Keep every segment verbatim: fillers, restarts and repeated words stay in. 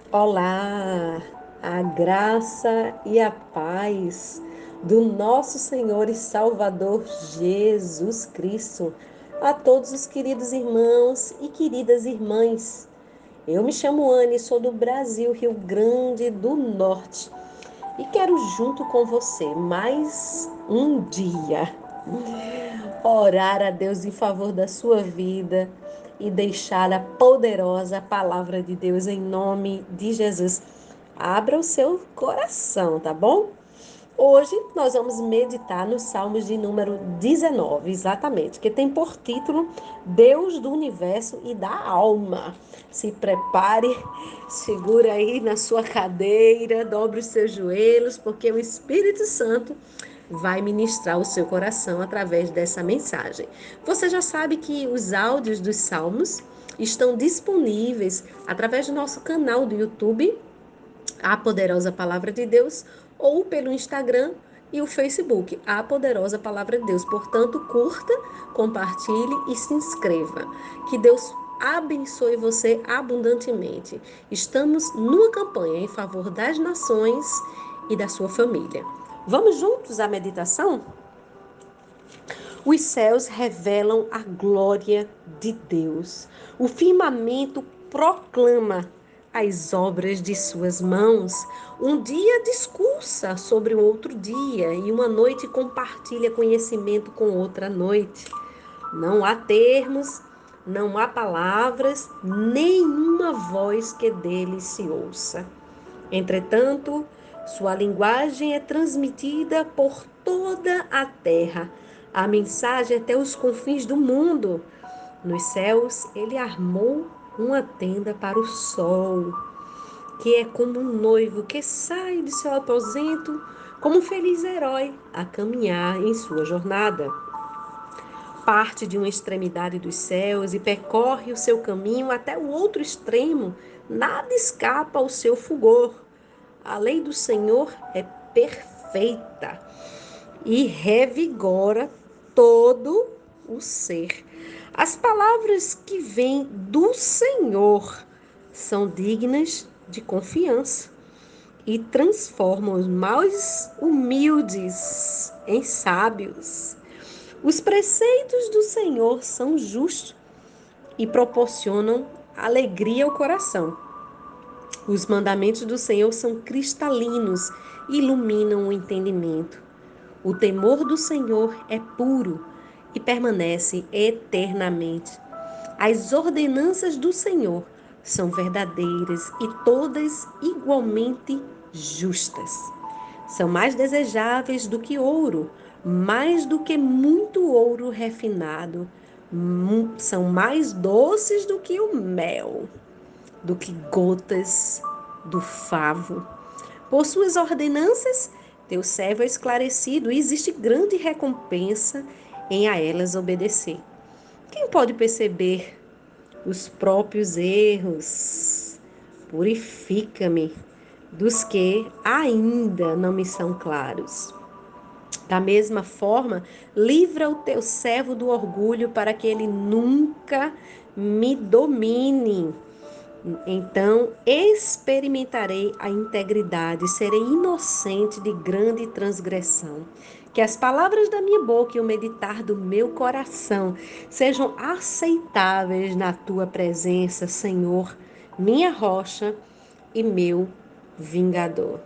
Olá, a graça e a paz do nosso Senhor e Salvador Jesus Cristo a todos os queridos irmãos e queridas irmãs. Eu me chamo Anne, sou do Brasil, Rio Grande do Norte, e quero junto com você mais um dia orar a Deus em favor da sua vida e deixar a poderosa palavra de Deus em nome de Jesus. Abra o seu coração, tá bom? Hoje nós vamos meditar nos Salmos de número dezenove, exatamente, que tem por título Deus do Universo e da Alma. Se prepare, segura aí na sua cadeira, dobre os seus joelhos, porque o Espírito Santo vai ministrar o seu coração através dessa mensagem. Você já sabe que os áudios dos Salmos estão disponíveis através do nosso canal do YouTube, A Poderosa Palavra de Deus, ou pelo Instagram e o Facebook, A Poderosa Palavra de Deus. Portanto, curta, compartilhe e se inscreva. Que Deus abençoe você abundantemente. Estamos numa campanha em favor das nações e da sua família. Vamos juntos à meditação? Os céus revelam a glória de Deus. O firmamento proclama as obras de suas mãos. Um dia discursa sobre o outro dia e uma noite compartilha conhecimento com outra noite. Não há termos, não há palavras, nenhuma voz que dele se ouça. Entretanto, sua linguagem é transmitida por toda a terra, a mensagem até os confins do mundo. Nos céus, ele armou uma tenda para o sol, que é como um noivo que sai de seu aposento, como um feliz herói a caminhar em sua jornada. Parte de uma extremidade dos céus e percorre o seu caminho até o outro extremo, nada escapa ao seu fulgor. A lei do Senhor é perfeita e revigora todo o ser. As palavras que vêm do Senhor são dignas de confiança e transformam os mais humildes em sábios. Os preceitos do Senhor são justos e proporcionam alegria ao coração. Os mandamentos do Senhor são cristalinos e iluminam o entendimento. O temor do Senhor é puro e permanece eternamente. As ordenanças do Senhor são verdadeiras e todas igualmente justas. São mais desejáveis do que ouro, mais do que muito ouro refinado. São mais doces do que o mel, do que gotas do favo. Por suas ordenanças, teu servo é esclarecido e existe grande recompensa em a elas obedecer. Quem pode perceber os próprios erros? Purifica-me dos que ainda não me são claros. Da mesma forma, livra o teu servo do orgulho para que ele nunca me domine. Então experimentarei a integridade, serei inocente de grande transgressão. Que as palavras da minha boca e o meditar do meu coração sejam aceitáveis na tua presença, Senhor, minha rocha e meu vingador.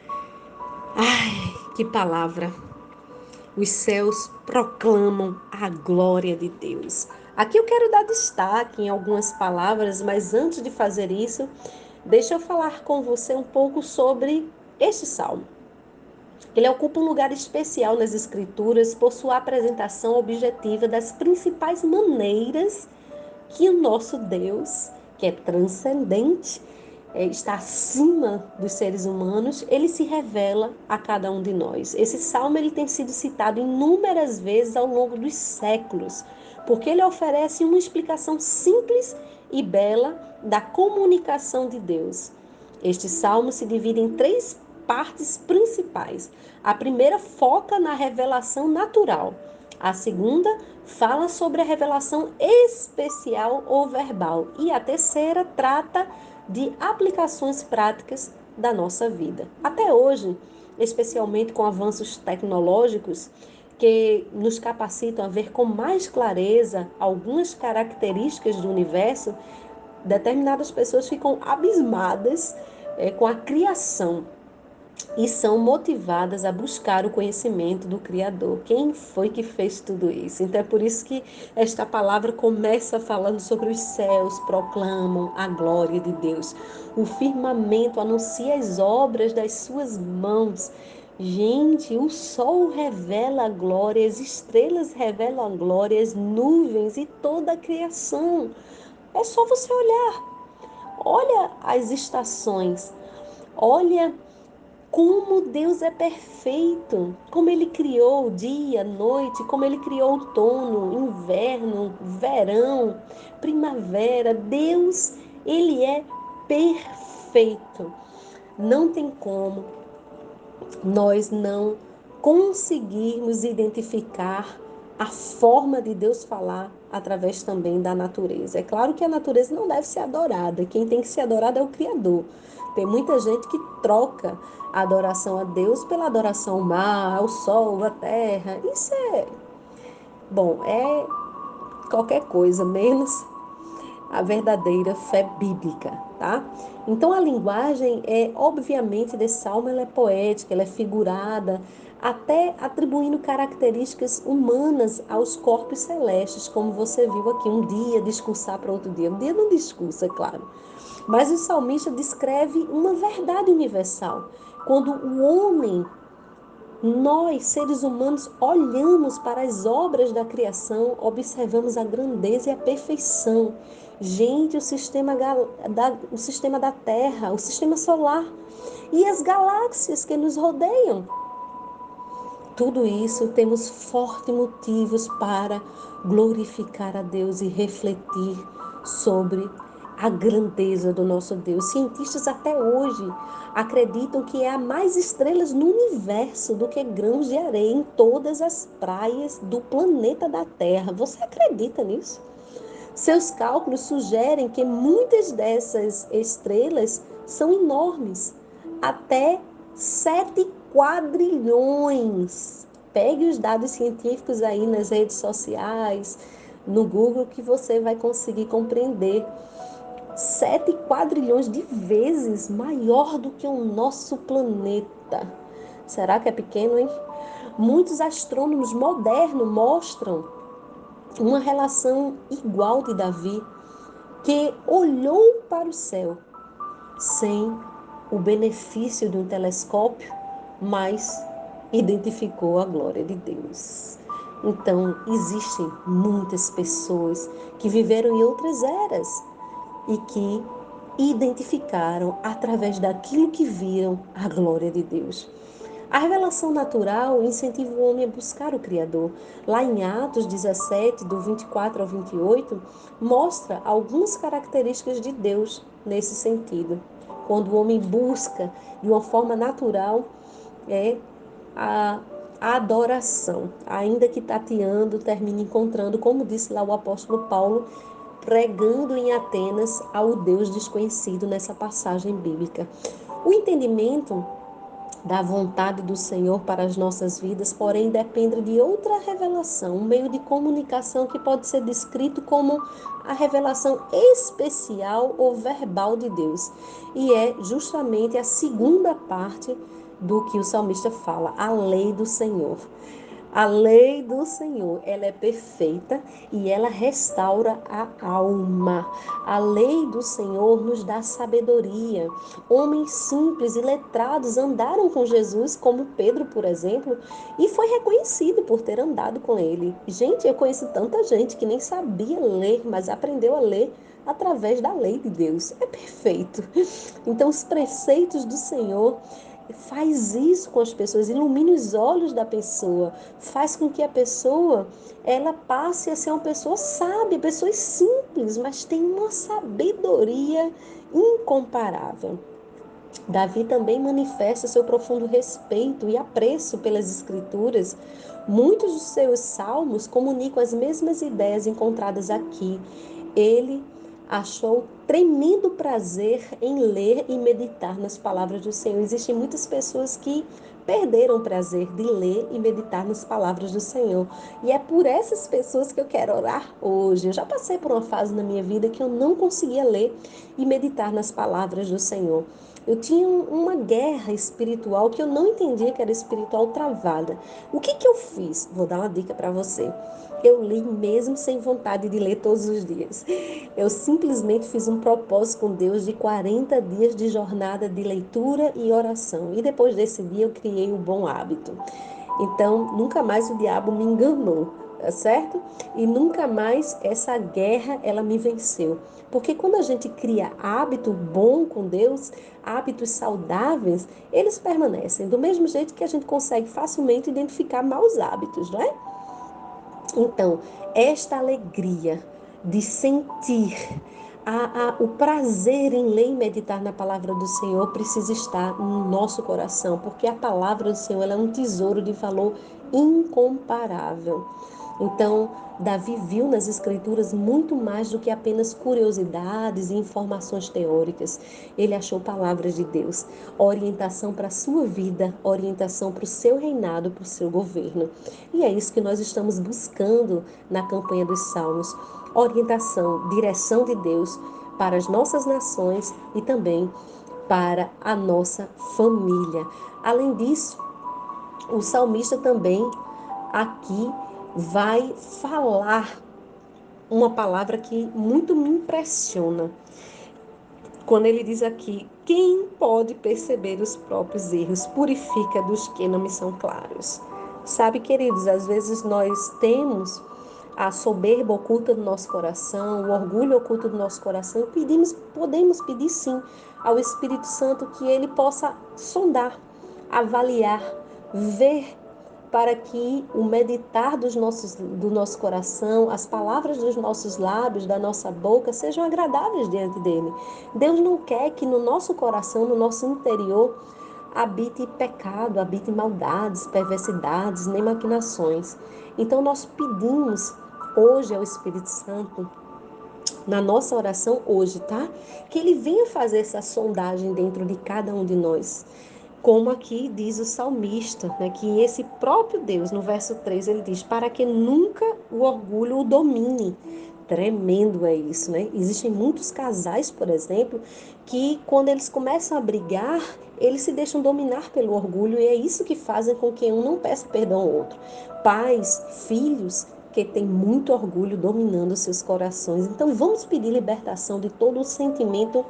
Ai, que palavra! Os céus proclamam a glória de Deus. Aqui eu quero dar destaque em algumas palavras, mas antes de fazer isso, deixa eu falar com você um pouco sobre este salmo. Ele ocupa um lugar especial nas Escrituras por sua apresentação objetiva das principais maneiras que o nosso Deus, que é transcendente, é, está acima dos seres humanos, ele se revela a cada um de nós. Esse salmo ele tem sido citado inúmeras vezes ao longo dos séculos, porque ele oferece uma explicação simples e bela da comunicação de Deus. Este salmo se divide em três partes principais. A primeira foca na revelação natural. A segunda fala sobre a revelação especial ou verbal. E a terceira trata de aplicações práticas da nossa vida. Até hoje, especialmente com avanços tecnológicos que nos capacitam a ver com mais clareza algumas características do universo, determinadas pessoas ficam abismadas é, com a criação e são motivadas a buscar o conhecimento do Criador. Quem foi que fez tudo isso? Então é por isso que esta palavra começa falando sobre os céus, proclamam a glória de Deus. O firmamento anuncia as obras das suas mãos. Gente, o sol revela a glória, as estrelas revelam a glória, as nuvens e toda a criação. É só você olhar. Olha as estações. Olha como Deus é perfeito, como Ele criou dia, noite, como Ele criou outono, inverno, verão, primavera. Deus, Ele é perfeito. Não tem como nós não conseguirmos identificar a forma de Deus falar através também da natureza. É claro que a natureza não deve ser adorada, quem tem que ser adorado é o Criador. Tem muita gente que troca a adoração a Deus pela adoração ao mar, ao sol, à terra. Isso é, bom, é qualquer coisa, menos a verdadeira fé bíblica, tá? Então a linguagem é, obviamente, desse salmo, ela é poética, ela é figurada, até atribuindo características humanas aos corpos celestes, como você viu aqui, um dia discursar para outro dia. Um dia não discursa, é claro. Mas o salmista descreve uma verdade universal. Quando o homem, nós, seres humanos, olhamos para as obras da criação, observamos a grandeza e a perfeição. Gente, o sistema, da, o sistema da Terra, o sistema solar e as galáxias que nos rodeiam. Tudo isso temos fortes motivos para glorificar a Deus e refletir sobre a grandeza do nosso Deus. Cientistas até hoje acreditam que há mais estrelas no universo do que grãos de areia em todas as praias do planeta da Terra. Você acredita nisso? Seus cálculos sugerem que muitas dessas estrelas são enormes, até sete quadrilhões. Pegue os dados científicos aí nas redes sociais, no Google, que você vai conseguir compreender. Sete quadrilhões de vezes maior do que o nosso planeta. Será que é pequeno, hein? Muitos astrônomos modernos mostram uma relação igual de Davi, que olhou para o céu sem o benefício de um telescópio, mas identificou a glória de Deus. Então, existem muitas pessoas que viveram em outras eras e que identificaram, através daquilo que viram, a glória de Deus. A revelação natural incentiva o homem a buscar o Criador. Lá em Atos dezessete, do vinte e quatro ao vinte e oito, mostra algumas características de Deus nesse sentido. Quando o homem busca de uma forma natural, é a, a adoração, ainda que tateando, termina encontrando, como disse lá o apóstolo Paulo, pregando em Atenas ao Deus desconhecido nessa passagem bíblica. O entendimento da vontade do Senhor para as nossas vidas, porém depende de outra revelação, um meio de comunicação que pode ser descrito como a revelação especial ou verbal de Deus. E é justamente a segunda parte do que o salmista fala, a lei do Senhor. A lei do Senhor, ela é perfeita e ela restaura a alma. A lei do Senhor nos dá sabedoria. Homens simples e letrados andaram com Jesus, como Pedro, por exemplo, e foi reconhecido por ter andado com ele. Gente, eu conheço tanta gente que nem sabia ler, mas aprendeu a ler através da lei de Deus. É perfeito. Então, os preceitos do Senhor faz isso com as pessoas, ilumina os olhos da pessoa, faz com que a pessoa ela passe a ser uma pessoa sábia, pessoas simples, mas tem uma sabedoria incomparável. Davi também manifesta seu profundo respeito e apreço pelas escrituras. Muitos dos seus salmos comunicam as mesmas ideias encontradas aqui. Ele achou tremendo prazer em ler e meditar nas palavras do Senhor. Existem muitas pessoas que perderam o prazer de ler e meditar nas palavras do Senhor. E é por essas pessoas que eu quero orar hoje. Eu já passei por uma fase na minha vida que eu não conseguia ler e meditar nas palavras do Senhor. Eu tinha uma guerra espiritual que eu não entendia que era espiritual travada. O que que eu fiz? Vou dar uma dica para você. Eu li mesmo sem vontade de ler todos os dias. Eu simplesmente fiz um propósito com Deus de quarenta dias de jornada de leitura e oração. E depois desse dia eu criei um bom hábito. Então, nunca mais o diabo me enganou, tá certo? E nunca mais essa guerra ela me venceu. Porque quando a gente cria hábito bom com Deus, hábitos saudáveis, eles permanecem. Do mesmo jeito que a gente consegue facilmente identificar maus hábitos, não é? Então, esta alegria de sentir a, a, o prazer em ler e meditar na palavra do Senhor precisa estar no nosso coração, porque a palavra do Senhor ela é um tesouro de valor incomparável. Então, Davi viu nas Escrituras muito mais do que apenas curiosidades e informações teóricas. Ele achou palavras de Deus, orientação para a sua vida, orientação para o seu reinado, para o seu governo. E é isso que nós estamos buscando na campanha dos Salmos. Orientação, direção de Deus para as nossas nações e também para a nossa família. Além disso, o salmista também aqui vai falar uma palavra que muito me impressiona. Quando ele diz aqui, quem pode perceber os próprios erros, purifica dos que não me são claros. Sabe, queridos, às vezes nós temos a soberba oculta do nosso coração, o orgulho oculto do nosso coração, pedimos, podemos pedir sim ao Espírito Santo que ele possa sondar, avaliar, ver para que o meditar dos nossos, do nosso coração, as palavras dos nossos lábios, da nossa boca, sejam agradáveis diante dele. Deus não quer que no nosso coração, no nosso interior, habite pecado, habite maldades, perversidades, nem maquinações. Então nós pedimos hoje ao Espírito Santo, na nossa oração hoje, tá? Que ele venha fazer essa sondagem dentro de cada um de nós. Como aqui diz o salmista, né, que esse próprio Deus, no verso três, ele diz, para que nunca o orgulho o domine. Tremendo é isso, né? Existem muitos casais, por exemplo, que quando eles começam a brigar, eles se deixam dominar pelo orgulho e é isso que fazem com que um não peça perdão ao outro. Pais, filhos que têm muito orgulho dominando seus corações. Então vamos pedir libertação de todo o sentimento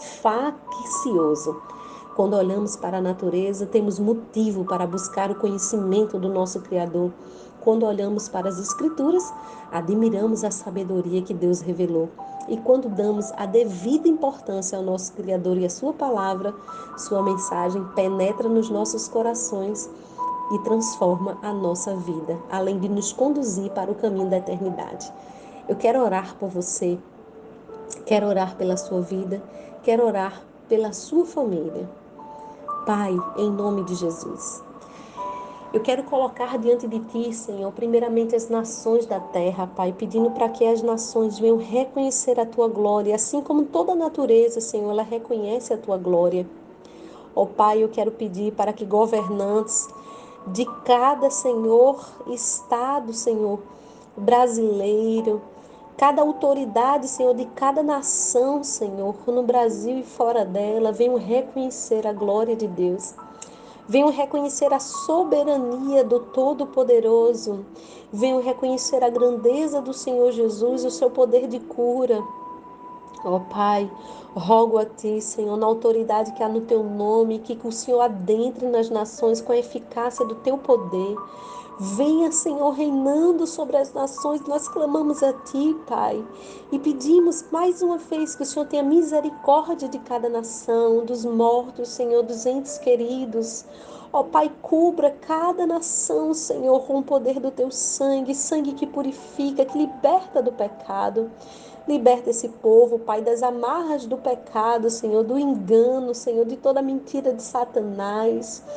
faccioso. Quando olhamos para a natureza, temos motivo para buscar o conhecimento do nosso Criador. Quando olhamos para as Escrituras, admiramos a sabedoria que Deus revelou. E quando damos a devida importância ao nosso Criador e à Sua palavra, Sua mensagem penetra nos nossos corações e transforma a nossa vida, além de nos conduzir para o caminho da eternidade. Eu quero orar por você, quero orar pela sua vida, quero orar pela sua família. Pai, em nome de Jesus, eu quero colocar diante de Ti, Senhor, primeiramente as nações da terra, Pai, pedindo para que as nações venham reconhecer a Tua glória, assim como toda a natureza, Senhor, ela reconhece a Tua glória. Ó Pai, eu quero pedir para que governantes de cada, Senhor, estado, Senhor, brasileiro, cada autoridade, Senhor, de cada nação, Senhor, no Brasil e fora dela, venham reconhecer a glória de Deus. Venham reconhecer a soberania do Todo-Poderoso. Venham reconhecer a grandeza do Senhor Jesus, o seu poder de cura. Ó Pai, rogo a Ti, Senhor, na autoridade que há no Teu nome, que o Senhor adentre nas nações com a eficácia do Teu poder. Venha, Senhor, reinando sobre as nações. Nós clamamos a Ti, Pai, e pedimos mais uma vez que o Senhor tenha misericórdia de cada nação, dos mortos, Senhor, dos entes queridos. Ó Pai, cubra cada nação, Senhor, com o poder do Teu sangue, sangue que purifica, que liberta do pecado. Liberta esse povo, Pai, das amarras do pecado, Senhor, do engano, Senhor, de toda mentira de Satanás.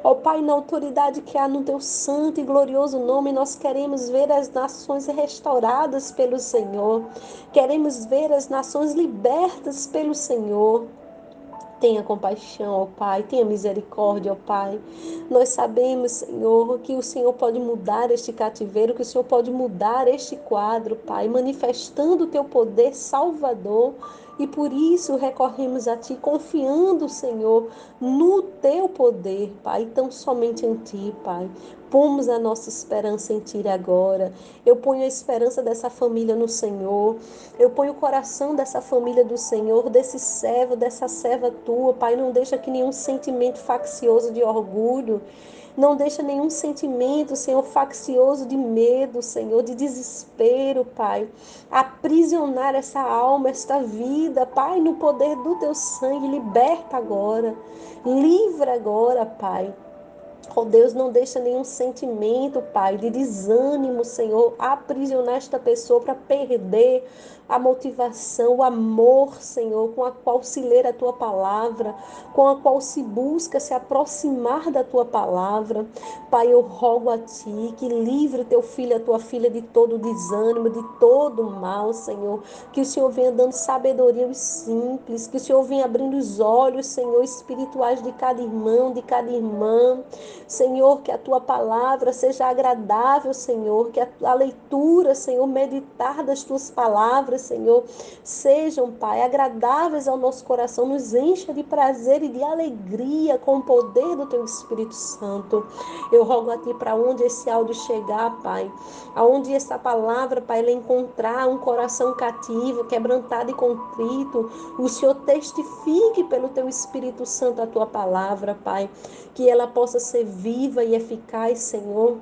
Ó Pai, na autoridade que há no teu santo e glorioso nome, nós queremos ver as nações restauradas pelo Senhor. Queremos ver as nações libertas pelo Senhor. Tenha compaixão, ó Pai, tenha misericórdia, ó Pai. Nós sabemos, Senhor, que o Senhor pode mudar este cativeiro, que o Senhor pode mudar este quadro, Pai, manifestando o teu poder salvador. E por isso recorremos a Ti, confiando, Senhor, no Teu poder, Pai, tão somente em Ti, Pai. Pomos a nossa esperança em Ti agora. Eu ponho a esperança dessa família no Senhor. Eu ponho o coração dessa família do Senhor, desse servo, dessa serva Tua, Pai. Não deixa que nenhum sentimento faccioso de orgulho, não deixa nenhum sentimento, Senhor, faccioso de medo, Senhor, de desespero, Pai, aprisionar essa alma, esta vida, Pai, no poder do Teu sangue. Liberta agora, livra agora, Pai. Oh Deus, não deixa nenhum sentimento, Pai, de desânimo, Senhor, aprisionar esta pessoa para perder a motivação, o amor, Senhor, com a qual se lê a Tua palavra, com a qual se busca se aproximar da Tua palavra. Pai, eu rogo a Ti que livre Teu filho, a Tua filha de todo desânimo, de todo mal, Senhor. Que o Senhor venha dando sabedoria aos simples, que o Senhor venha abrindo os olhos, Senhor, espirituais de cada irmão, de cada irmã. Senhor, que a Tua palavra seja agradável, Senhor, que a, a leitura, Senhor, meditar das Tuas palavras, Senhor, sejam, Pai, agradáveis ao nosso coração, nos encha de prazer e de alegria com o poder do Teu Espírito Santo. Eu rogo a Ti para onde esse áudio chegar, Pai, aonde essa palavra, Pai, ela encontrar um coração cativo, quebrantado e contrito, o Senhor testifique pelo Teu Espírito Santo a Tua palavra, Pai, que ela possa ser viva e eficaz, Senhor.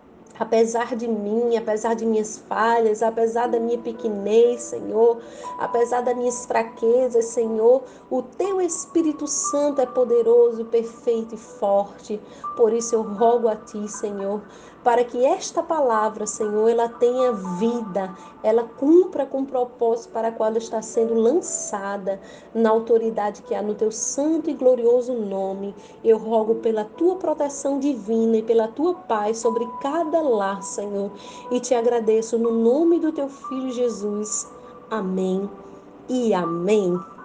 Apesar de mim, apesar de minhas falhas, apesar da minha pequenez, Senhor, apesar das minhas fraquezas, Senhor, o Teu Espírito Santo é poderoso, perfeito e forte. Por isso eu rogo a Ti, Senhor, para que esta palavra, Senhor, ela tenha vida, ela cumpra com o propósito para qual ela está sendo lançada, na autoridade que há no Teu santo e glorioso nome. Eu rogo pela Tua proteção divina e pela Tua paz sobre cada lar, Senhor, e te agradeço no nome do Teu Filho Jesus. Amém e amém.